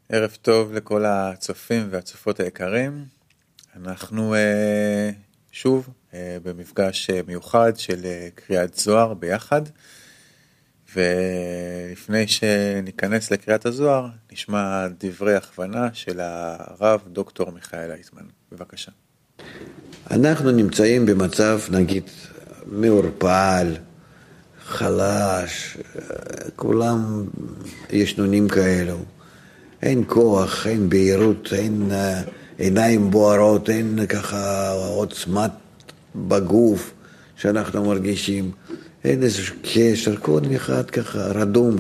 ערב טוב לכל הצופים והצופות היקרים. אנחנו שוב במפגש מיוחד של קריאת זוהר ביחד, ולפני שניכנס לקריאת הזוהר נשמע דברי הכוונה של הרב דוקטור מיכאל אייזמן. בבקשה. אנחנו נמצאים במצב נגיד מעורפל, חלש, כולם ישנונים כאלו. אין כוח, אין בהירות, אין עיניים בוערות, אין ככה עוצמת בגוף שאנחנו מרגישים. אין איזשהו קשר, כל אחד ככה רדום.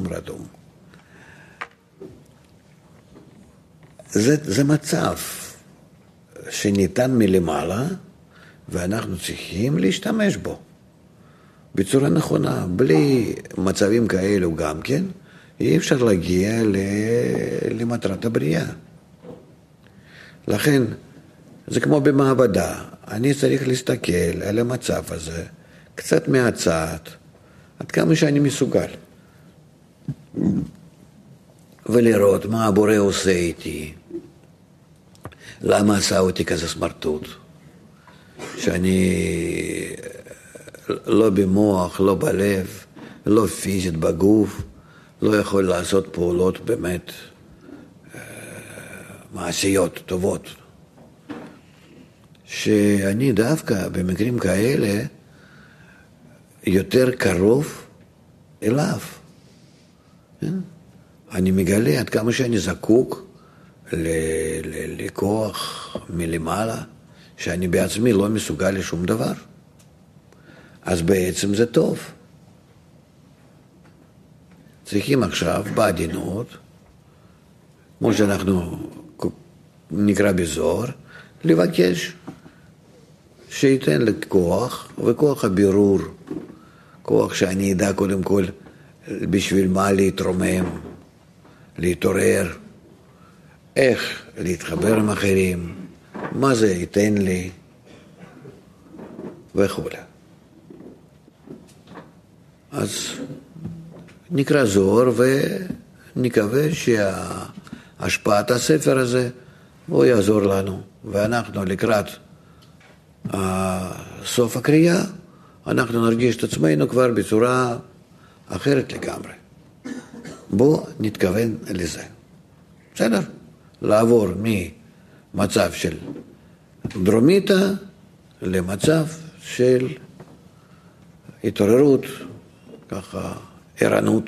זה מצב שניתן מלמעלה, ואנחנו צריכים להשתמש בו בצורה נכונה. בלי מצבים כאלו גם כן, אי אפשר להגיע למטרת הבריאה. לכן, זה כמו במעבדה. אני צריך להסתכל על המצב הזה, קצת מהצד, עד כמה שאני מסוגל. ולראות מה הבורא עושה איתי. למה עשה אותי כזה סמרטוט? שאני לא במוח, לא בלב, לא פיזית בגוף, לא יכול לעשות פעולות באמת מעשיות טובות. שאני דווקא במקרים כאלה יותר קרוב אליו. אני מגלה עד כמה שאני זקוק לכוח מלמעלה, שאני בעצמי לא מסוגל לשום דבר. אז בעצם זה טוב. צריכים עכשיו בעדינות, כמו שאנחנו נקרא בזוהר, לבקש שייתן לי כוח, וכוח הבירור, כוח שאני אדע קודם כל בשביל מה להתרומם, להתעורר, איך להתחבר עם אחרים, מה זה ייתן לי וכו'. אז נקרא זוהר ונקווה שהשפעת הספר הזה הוא יעזור לנו, ואנחנו לקראת סוף הקריאה אנחנו נרגיש את עצמנו כבר בצורה אחרת לגמרי. בוא נתכוון לזה. בסדר? לעבור ממצב של דרומיתא למצב של התעוררות, ככה ערנות.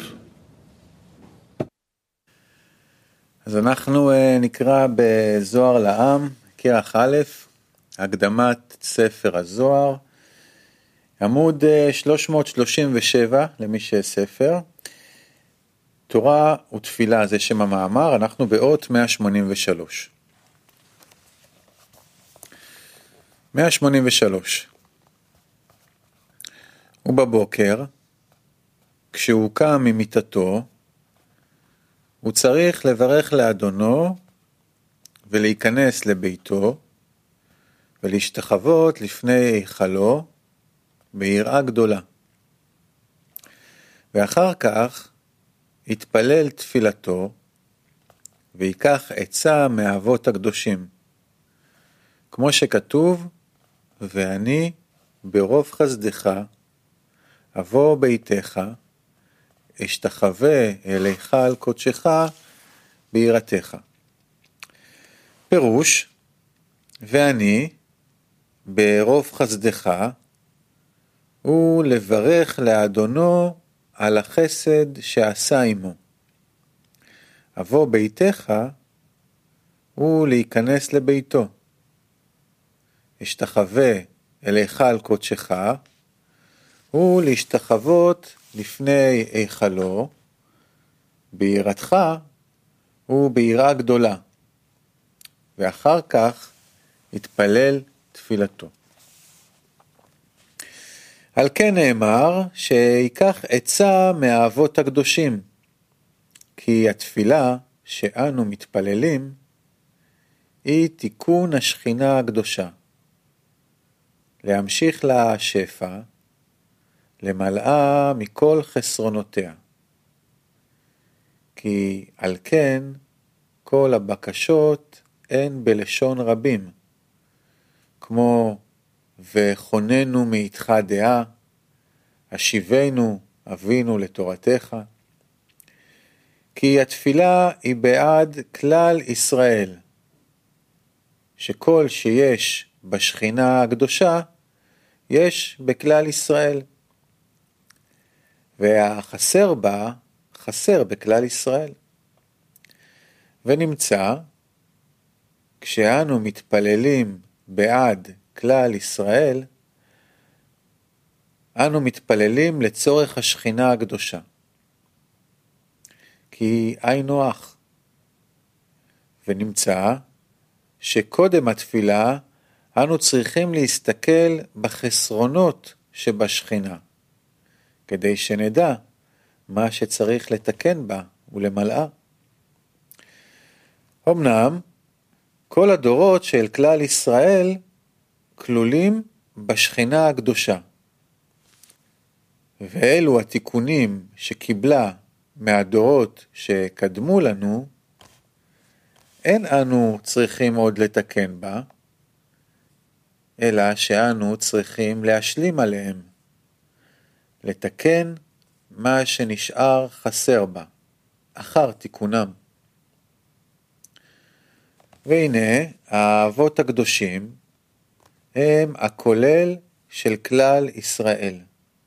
אז אנחנו נקרא בזוהר לעם, כרך א', הקדמת ספר הזוהר, עמוד 337 למי שספר, תורה ותפילה זה שם המאמר, אנחנו באות 183. 183. ובבוקר, כשהוא קם ממיטתו, הוא צריך לברך לאדונו ולהיכנס לביתו ולהשתחוות לפני היכלו ביראה גדולה. ואחר כך יתפלל תפילתו ויקח עצה מאבות הקדושים, כמו שכתוב, ואני ברוב חסדך אבוא ביתך, אשתחווה אליך על קודשך ביראתך. פירוש, ואני ברוב חסדך הוא לברך לאדונו על החסד שעשה עמו. אבוא ביתך הוא להיכנס לביתו. אשתחווה אליך על קודשך הוא להשתחוות לפני היכלו, ביראתך הוא ביראה גדולה, ואחר כך יתפלל תפילתו. על כן נאמר שיקח עצה מהאבות הקדושים, כי התפילה שאנו מתפללים היא תיקון השכינה הקדושה, להמשיך לה שפע, למלאה מכל חסרונותיה. כי על כן כל הבקשות הן בלשון רבים, כמו וחוננו מאיתך דעה, השיבנו אבינו לתורתך, כי התפילה היא בעד כלל ישראל, שכל שיש בשכינה הקדושה, יש בכלל ישראל. והחסר בה, חסר בכלל ישראל. ונמצא, כשאנו מתפללים בעד כלל ישראל, אנו מתפללים לצורך השכינה הקדושה. כי היינו אח. ונמצא שקודם התפילה אנו צריכים להסתכל בחסרונות שבשכינה, כדי שנדע מה שצריך לתקן בה ולמלאה. אמנם כל הדורות של כלל ישראל כלולים בשכינה הקדושה, ואלו התיקונים שקיבלה מהדורות שקדמו לנו, אין אנו צריכים עוד לתקן בה, אלא שאנו צריכים להשלים עליהם, לתקן מה שנשאר חסר בה, אחר תיקונם. והנה, האבות הקדושים הם הכולל של כלל ישראל,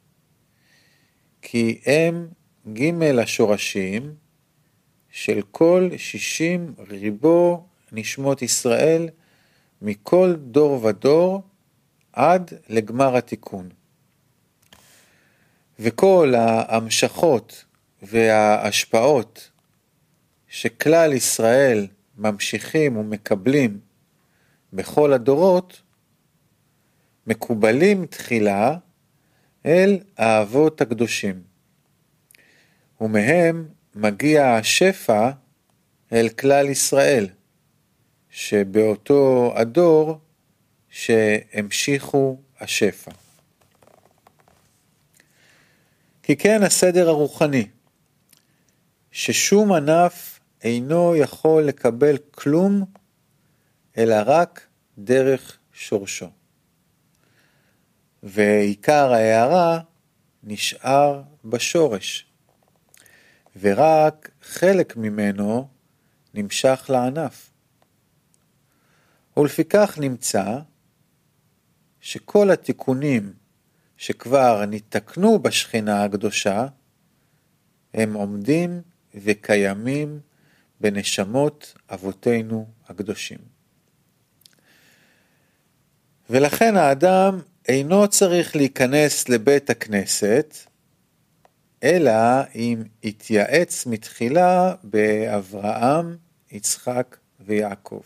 כי הם ג' השורשים של כל 60 ריבו נשמות ישראל, מכל דור ודור עד לגמר התיקון. וכל ההמשכות וההשפעות שכלל ישראל ממשיכים ומקבלים בכל הדורות, מקובלים תחילה אל האבות הקדושים, ומהם מגיע השפע אל כלל ישראל, שבאותו הדור שהמשיכו השפע. כי כן הסדר הרוחני, ששום ענף אינו יכול לקבל כלום, אלא רק דרך שורשו. ועיקר ההערה נשאר בשורש, ורק חלק ממנו נמשך לענף. ולפיכך נמצא שכל התיקונים שכבר נתקנו בשכינה הקדושה, הם עומדים וקיימים בנשמות אבותינו הקדושים. ולכן האדם אינו צריך להיכנס לבית הכנסת, אלא אם יתייעץ מתחילה באברהם, יצחק ויעקב.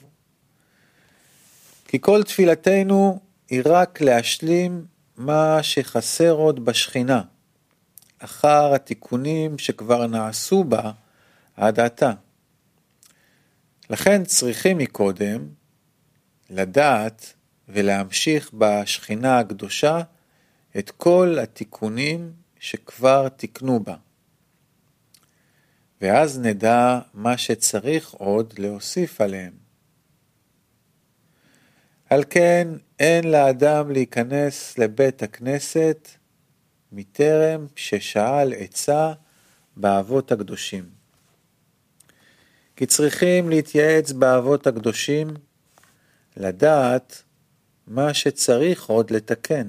כי כל תפילתנו היא רק להשלים מה שחסר עוד בשכינה, אחר התיקונים שכבר נעשו בה עד עתה. לכן צריכים מקודם לדעת ולהמשיך בשכינה הקדושה את כל התיקונים שכבר תיקנו בה. ואז נדע מה שצריך עוד להוסיף עליהם. על כן אין לאדם להיכנס לבית הכנסת מטרם ששאל עצה באבות הקדושים. כי צריכים להתייעץ באבות הקדושים, לדעת מה שצריך עוד לתקן.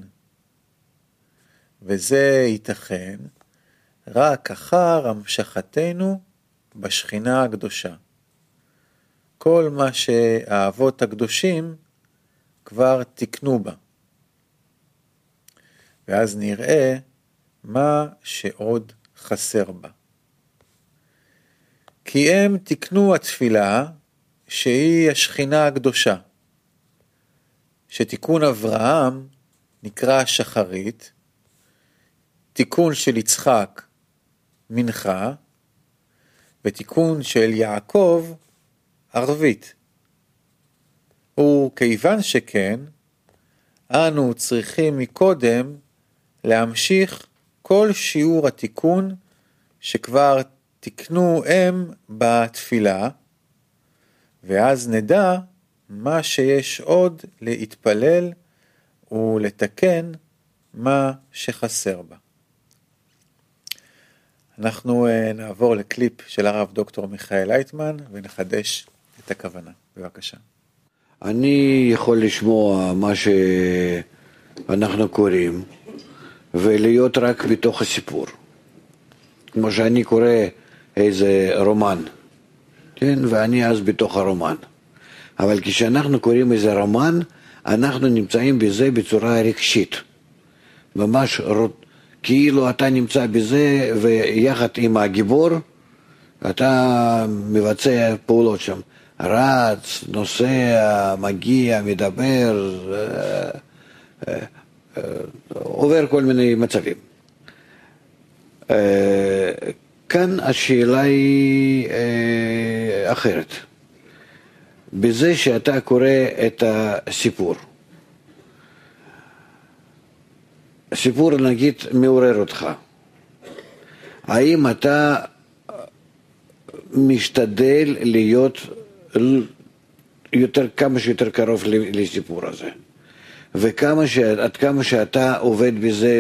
וזה ייתכן רק אחר המשכתנו בשכינה הקדושה. כל מה שהאבות הקדושים כבר תיקנו בה. ואז נראה מה שעוד חסר בה. כי הם תיקנו התפילה שהיא השכינה הקדושה. שתיקון אברהם נקרא שחרית, תיקון של יצחק מנחה, ותיקון של יעקב ערבית. וכיוון שכן, אנו צריכים מקודם להמשיך כל שיעור התיקון שכבר תיקנו הם בתפילה, ואז נדע מה שיש עוד להתפלל ולתקן מה שחסר בה. אנחנו נעבור לקליפ של הרב דוקטור מיכאל לייטמן ונחדש את הכוונה. בבקשה. אני יכול לשמוע מה שאנחנו קוראים ולהיות רק בתוך הסיפור. כמו שאני קורא איזה רומן, כן? ואני אז בתוך הרומן. אבל כשאנחנו קוראים איזה רומן, אנחנו נמצאים בזה בצורה רגשית. ממש כאילו אתה נמצא בזה ויחד עם הגיבור אתה מבצע פעולות שם. רץ, נוסע, מגיע, מדבר, עובר כל מיני מצבים. כאן השאלה היא אחרת. בזה שאתה קורא את הסיפור. הסיפור נגיד מעורר אותך. האם אתה משתדל להיות כמה שיותר קרוב לסיפור הזה? ועד כמה שאתה עובד בזה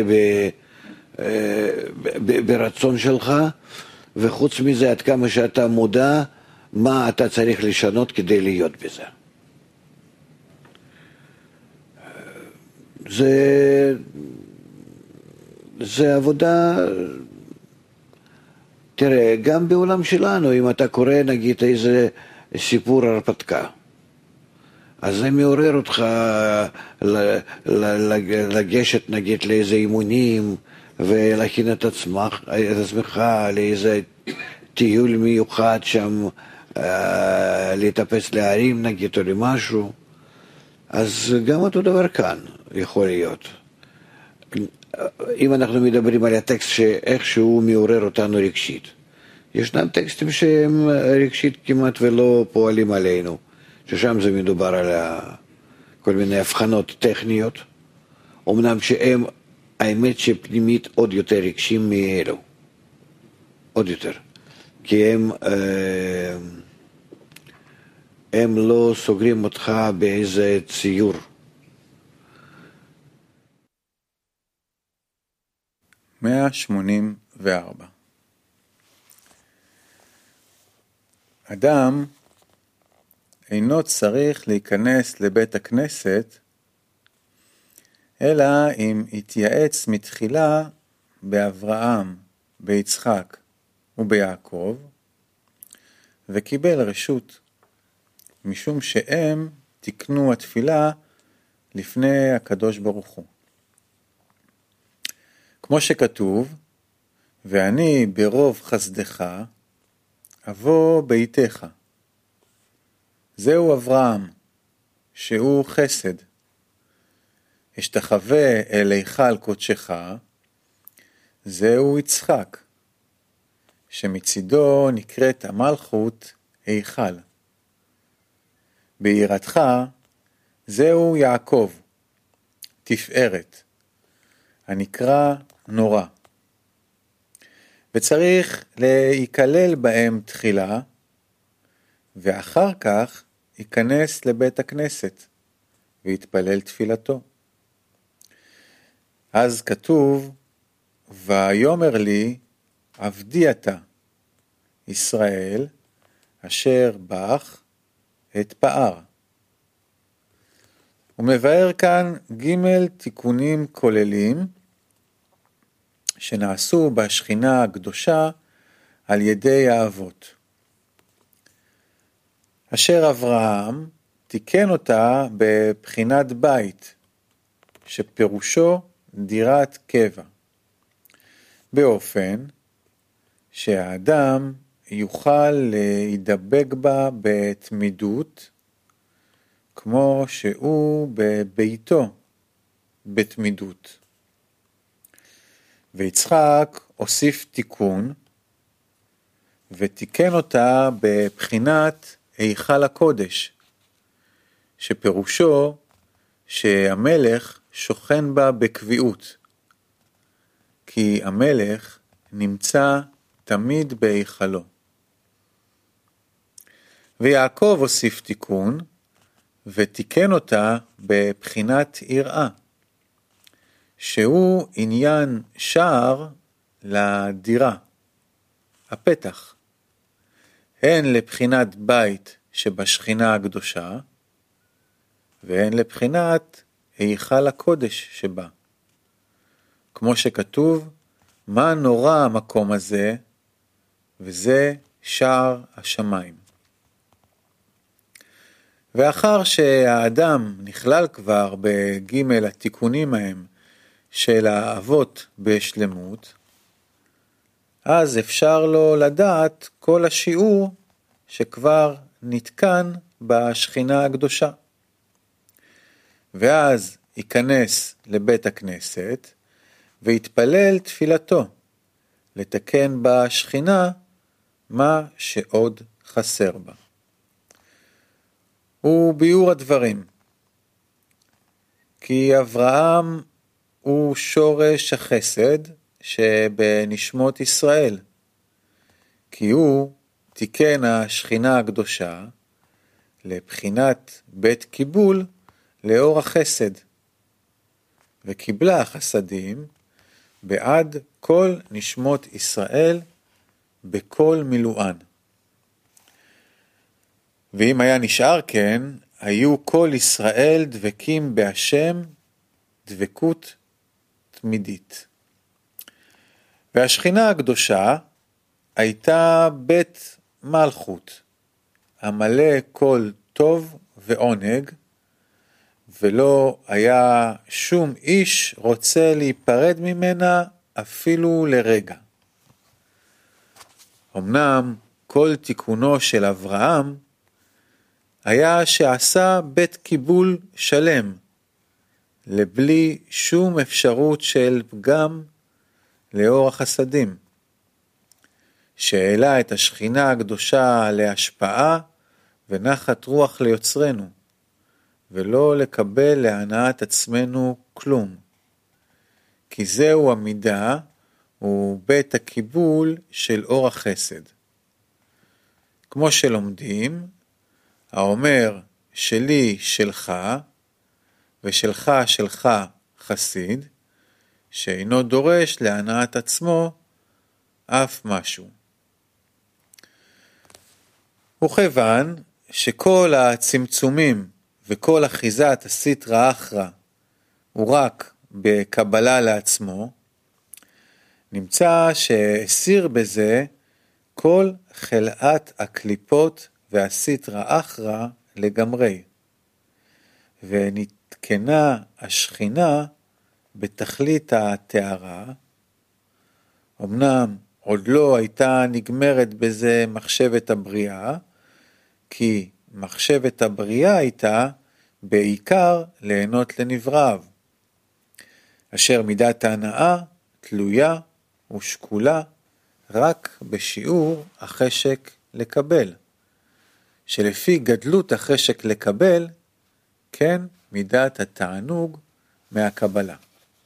ברצון שלך, וחוץ מזה עד כמה שאתה מודע מה אתה צריך לשנות כדי להיות בזה. זה עבודה, תראה, גם בעולם שלנו, אם אתה קורא נגיד איזה סיפור הרפתקה, אז זה מעורר אותך לגשת נגיד לאיזה אימונים, ולהכין את עצמך לאיזה טיול מיוחד שם, להתאפס להרים נגיד או למשהו. אז גם אותו דבר כאן יכול להיות. אם אנחנו מדברים על הטקסט שאיכשהו מעורר אותנו רגשית, ישנם טקסטים שהם רגשית כמעט ולא פועלים עלינו, ששם זה מדובר על כל מיני הבחנות טכניות, אמנם שהם האמת שפנימית עוד יותר רגשים מאלו, עוד יותר, כי הם לא סוגרים אותך באיזה ציור. מאה 184. אדם אינו צריך להיכנס לבית הכנסת, אלא אם התייעץ מתחילה באברהם, ביצחק וביעקב, וקיבל רשות, משום שהם תקנו התפילה לפני הקדוש ברוך הוא. כמו שכתוב, ואני ברוב חסדך אבוא ביתך. זהו אברהם, שהוא חסד. אשתחווה אל היכל קודשך, זהו יצחק, שמצידו נקראת המלכות היכל. ביראתך, זהו יעקב, תפארת, הנקרא נורא. וצריך להיכלל בהם תחילה, ואחר כך ייכנס לבית הכנסת, ויתפלל תפילתו. אז כתוב, ויאמר לי, עבדי אתה, ישראל, אשר בך את פאר. הוא מבאר כאן ג' תיקונים כוללים, שנעשו בשכינה הקדושה על ידי האבות. אשר אברהם תיקן אותה בבחינת בית, שפירושו דירת קבע, באופן שהאדם יוכל להידבק בה בתמידות, כמו שהוא בביתו בתמידות. ויצחק הוסיף תיקון, ותיקן אותה בבחינת היכל הקודש, שפירושו שהמלך שוכן בה בקביעות, כי המלך נמצא תמיד בהיכלו. ויעקב הוסיף תיקון, ותיקן אותה בבחינת יראה, שהוא עניין שער לדירה, הפתח, הן לבחינת בית שבשכינה הקדושה, והן לבחינת היכל הקודש שבה. כמו שכתוב, מה נורא המקום הזה, וזה שער השמיים. ואחר שהאדם נכלל כבר בג' התיקונים ההם של האבות בשלמות, אז אפשר לו לדעת כל השיעור שכבר נתקן בשכינה הקדושה. ואז ייכנס לבית הכנסת ויתפלל תפילתו, לתקן בשכינה מה שעוד חסר בה. וביאור הדברים, כי אברהם הוא שורש החסד שבנשמות ישראל, כי הוא תיקן השכינה הקדושה לבחינת בית קיבול לאור החסד, וקיבלה החסדים בעד כל נשמות ישראל בכל מילואן. ואם היה נשאר כן, היו כל ישראל דבקים בהשם דבקות תמידית. והשכינה הקדושה הייתה בית מלכות, המלא כל טוב ועונג, ולא היה שום איש רוצה להיפרד ממנה אפילו לרגע. אמנם כל תיקונו של אברהם היה שעשה בית קיבול שלם, לבלי שום אפשרות של פגם לאור החסדים, שהעלה את השכינה הקדושה להשפעה ונחת רוח ליוצרנו, ולא לקבל להנאת עצמנו כלום. כי זהו המידה ובית הקיבול של אור החסד. כמו שלומדים, האומר שלי שלך, ושלך שלך חסיד, שאינו דורש להנאת עצמו אף משהו. וכיוון שכל הצמצומים וכל אחיזת הסטרא אחרא הוא רק בקבלה לעצמו, נמצא שהסיר בזה כל חלאת הקליפות והסטרא אחרא לגמרי, ונתקנה השכינה בתכלית התארה. אמנם עוד לא הייתה נגמרת בזה מחשבת הבריאה, כי מחשבת הבריאה הייתה בעיקר ליהנות לנבראיו, אשר מידת ההנאה תלויה ושקולה רק בשיעור החשק לקבל, שלפי גדלות החשק לקבל, כן מידת התענוג מהקבלה.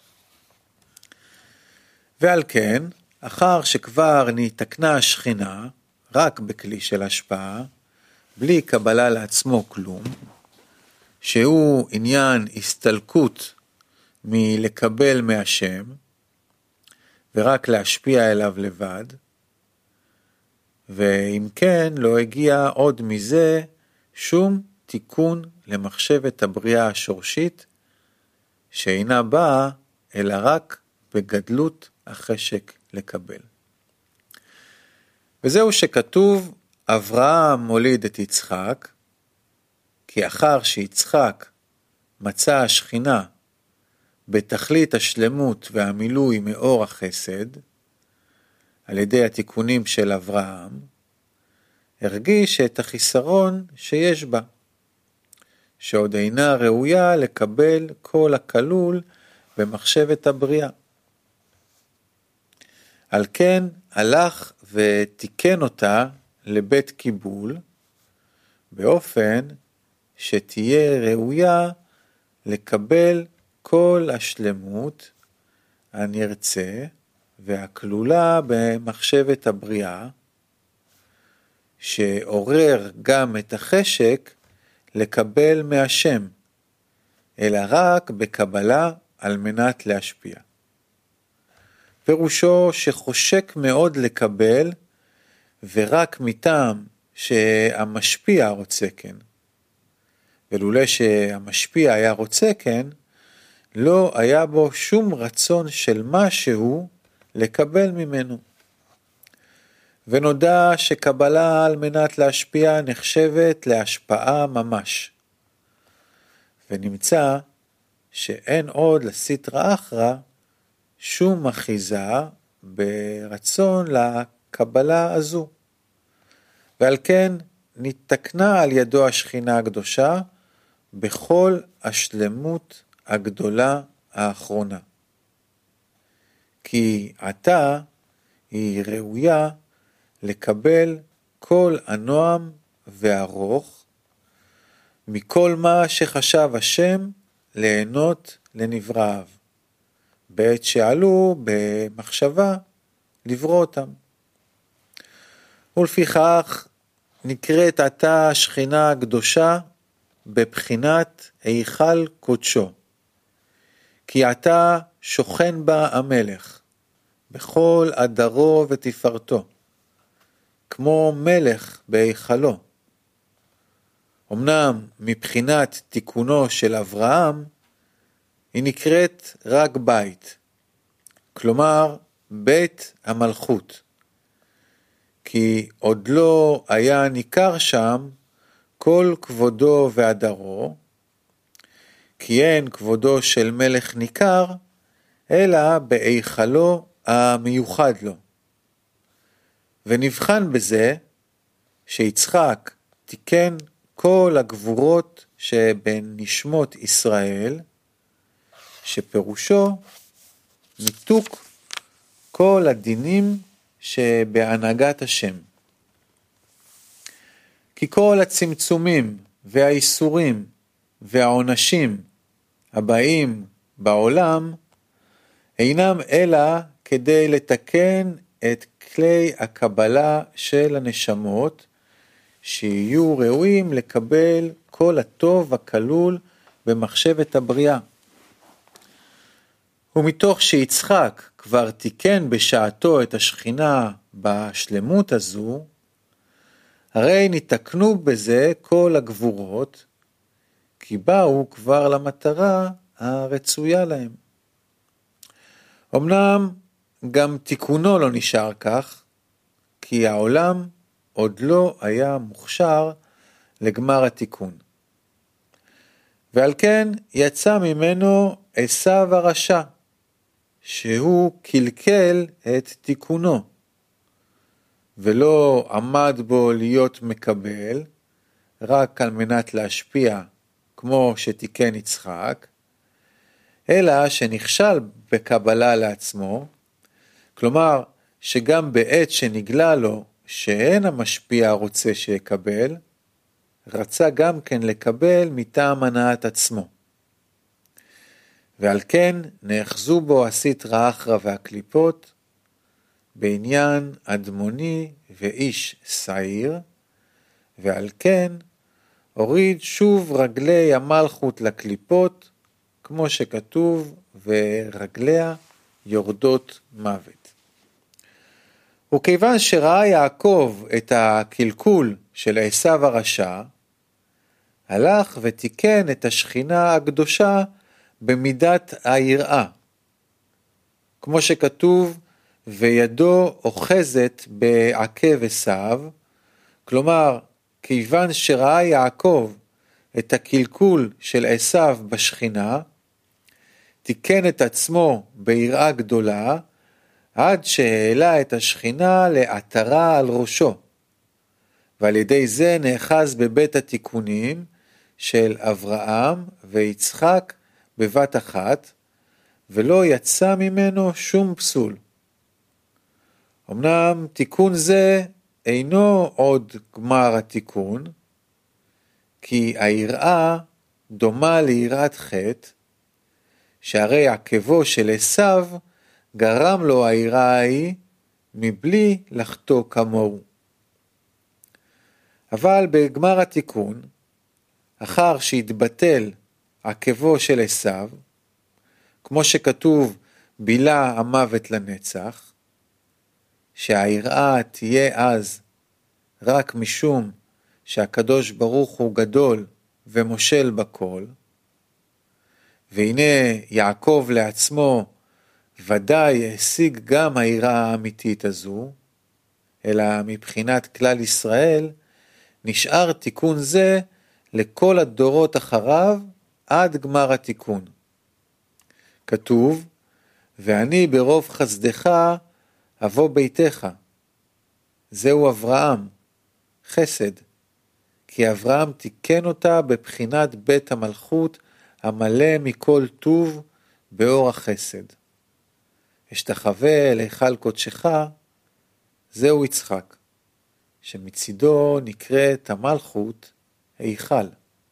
ועל כן, אחר שכבר נתקנה השכינה רק בכלי של השפעה, בלי קבלה לעצמו כלום, שהוא עניין הסתלקות מלקבל מהשם, ורק להשפיע אליו לבד, ואם כן לא הגיע עוד מזה שום תיקון למחשבת הבריאה השורשית, שאינה באה אלא רק בגדלות החשק לקבל. וזהו שכתוב, אברהם מוליד את יצחק, כי אחר שיצחק מצא השכינה בתכלית השלמות והמילוי מאור החסד, על ידי התיקונים של אברהם, הרגיש את החיסרון שיש בה, שעוד אינה ראויה לקבל כל הכלול במחשבת הבריאה. על כן הלך ותיקן אותה לבית קיבול, באופן שתהיה ראויה לקבל כל השלמות הנרצה והכלולה במחשבת הבריאה, שעורר גם את החשק לקבל מהשם, אלא רק בקבלה על מנת להשפיע. פירושו שחושק מאוד לקבל, ורק מטעם שהמשפיע רוצה כן. ולולא שהמשפיע היה רוצה כן, לא היה בו שום רצון של משהו לקבל ממנו. ונודע שקבלה על מנת להשפיע נחשבת להשפעה ממש. ונמצא שאין עוד לסטרא אחרא שום אחיזה ברצון לקבלה הזו. ועל כן נתקנה על ידו השכינה הקדושה בכל השלמות הגדולה האחרונה. כי עתה היא ראויה לקבל כל הנועם והרוך מכל מה שחשב השם ליהנות לנבראיו, בעת שעלו במחשבה לברוא אותם. ולפיכך נקראת עתה השכינה הקדושה בבחינת היכל קודשו, כי עתה שוכן בה המלך בכל עדרו ותפארתו, כמו מלך בהיכלו. אמנם מבחינת תיקונו של אברהם היא נקראת רק בית, כלומר בית המלכות, כי עוד לא היה ניכר שם כל כבודו ועדרו, כי אין כבודו של מלך ניכר, אלא בהיכלו המיוחד לו. ונבחן בזה שיצחק תיקן כל הגבורות שבין נשמות ישראל, שפירושו ניתוק כל הדינים שבהנהגת השם. כי כל הצמצומים והאיסורים והעונשים הבאים בעולם אינם אלא כדי לתקן את כלי הקבלה של הנשמות, שיהיו ראויים לקבל כל הטוב הכלול במחשבת הבריאה. ומתוך שיצחק כבר תיקן בשעתו את השכינה בשלמות הזו, הרי נתקנו בזה כל הגבורות, כי באו כבר למטרה הרצויה להם. אמנם גם תיקונו לא נשאר כך, כי העולם עוד לא היה מוכשר לגמר התיקון. ועל כן יצא ממנו עשיו הרשע, שהוא קלקל את תיקונו, ולא עמד בו להיות מקבל, רק על מנת להשפיע כמו שתיקן יצחק, אלא שנכשל בקבלה לעצמו, כלומר שגם בעת שנגלה לו שאין המשפיע רוצה שיקבל, רצה גם כן לקבל מטעם הנעת עצמו. ועל כן נאחזו בו הסטרא אחרא והקליפות, בעניין אדמוני ואיש שעיר, ועל כן הוריד שוב רגלי המלכות לקליפות, כמו שכתוב, ורגליה יורדות מוות. וכיוון שראה יעקב את הקלקול של עשיו הרשע, הלך ותיקן את השכינה הקדושה במידת היראה, כמו שכתוב, וידו אוחזת בעקב עשיו, כלומר, כיוון שראה יעקב את הקלקול של עשיו בשכינה, תיקן את עצמו ביראה גדולה, עד שהעלה את השכינה לעטרה על ראשו, ועל ידי זה נאחז בבית התיקונים של אברהם ויצחק בבת אחת, ולא יצא ממנו שום פסול. אמנם תיקון זה אינו עוד גמר התיקון, כי היראה דומה ליראת חטא, שהרי עקבו של עשיו גרם לו היראה ההיא מבלי לחטוא כמוהו. אבל בגמר התיקון, אחר שהתבטל עקבו של עשיו, כמו שכתוב בילה המוות לנצח, שהיראה תהיה אז רק משום שהקדוש ברוך הוא גדול ומושל בכל, והנה יעקב לעצמו ודאי השיג גם היראה האמיתית הזו, אלא מבחינת כלל ישראל נשאר תיקון זה לכל הדורות אחריו עד גמר התיקון. כתוב, ואני ברוב חסדך אבוא ביתך. זהו אברהם, חסד, כי אברהם תיקן אותה בבחינת בית המלכות המלא מכל טוב באור החסד. אשתחווה להיכל קודשך, זהו יצחק, שמצידו נקראת המלכות היכל.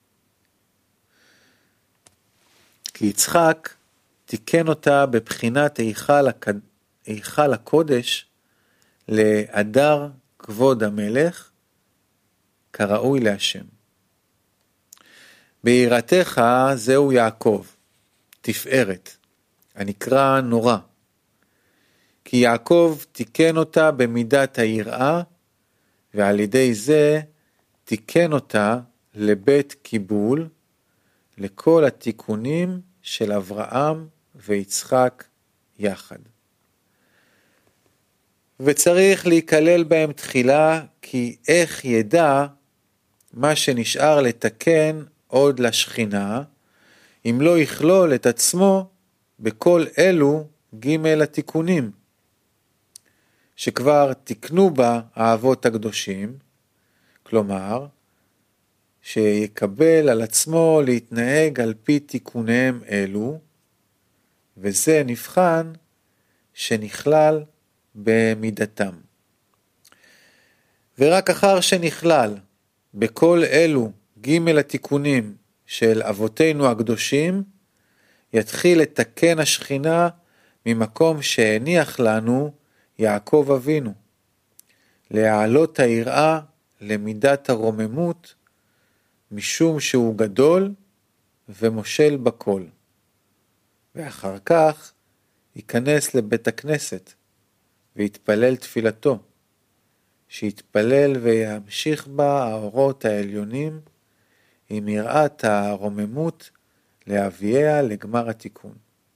כי יצחק תיקן אותה בבחינת היכל הקודש להדר כבוד המלך, כראוי להשם. ביראתך זהו יעקב, תפארת, הנקרא נורא. כי יעקב תיקן אותה במידת היראה, ועל ידי זה תיקן אותה לבית קיבול, לכל התיקונים של אברהם ויצחק יחד. וצריך להיכלל בהם תחילה, כי איך ידע מה שנשאר לתקן עוד לשכינה, אם לא יכלול את עצמו בכל אלו ג' התיקונים, שכבר תיקנו בה האבות הקדושים, כלומר, שיקבל על עצמו להתנהג על פי תיקוניהם אלו, וזה נבחן שנכלל במידתם. ורק אחר שנכלל בכל אלו ג' התיקונים של אבותינו הקדושים, יתחיל לתקן השכינה ממקום שהניח לנו יעקב אבינו, להעלות היראה למידת הרוממות, משום שהוא גדול ומושל בכל. ואחר כך ייכנס לבית הכנסת ויתפלל תפילתו, שיתפלל וימשיך בה האורות העליונים עם יראת הרוממות להביאה לגמר התיקון.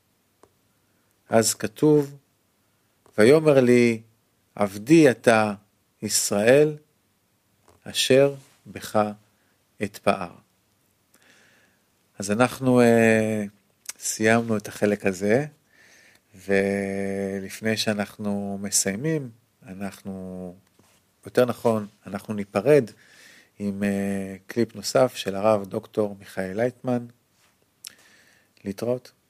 אז כתוב, ויאמר לי עבדי אתה ישראל אשר בך אתפאר. אז אנחנו סיימנו את החלק הזה, ולפני שאנחנו מסיימים, יותר נכון, אנחנו ניפרד עם קליפ נוסף של הרב דוקטור מיכאל לייטמן. להתראות.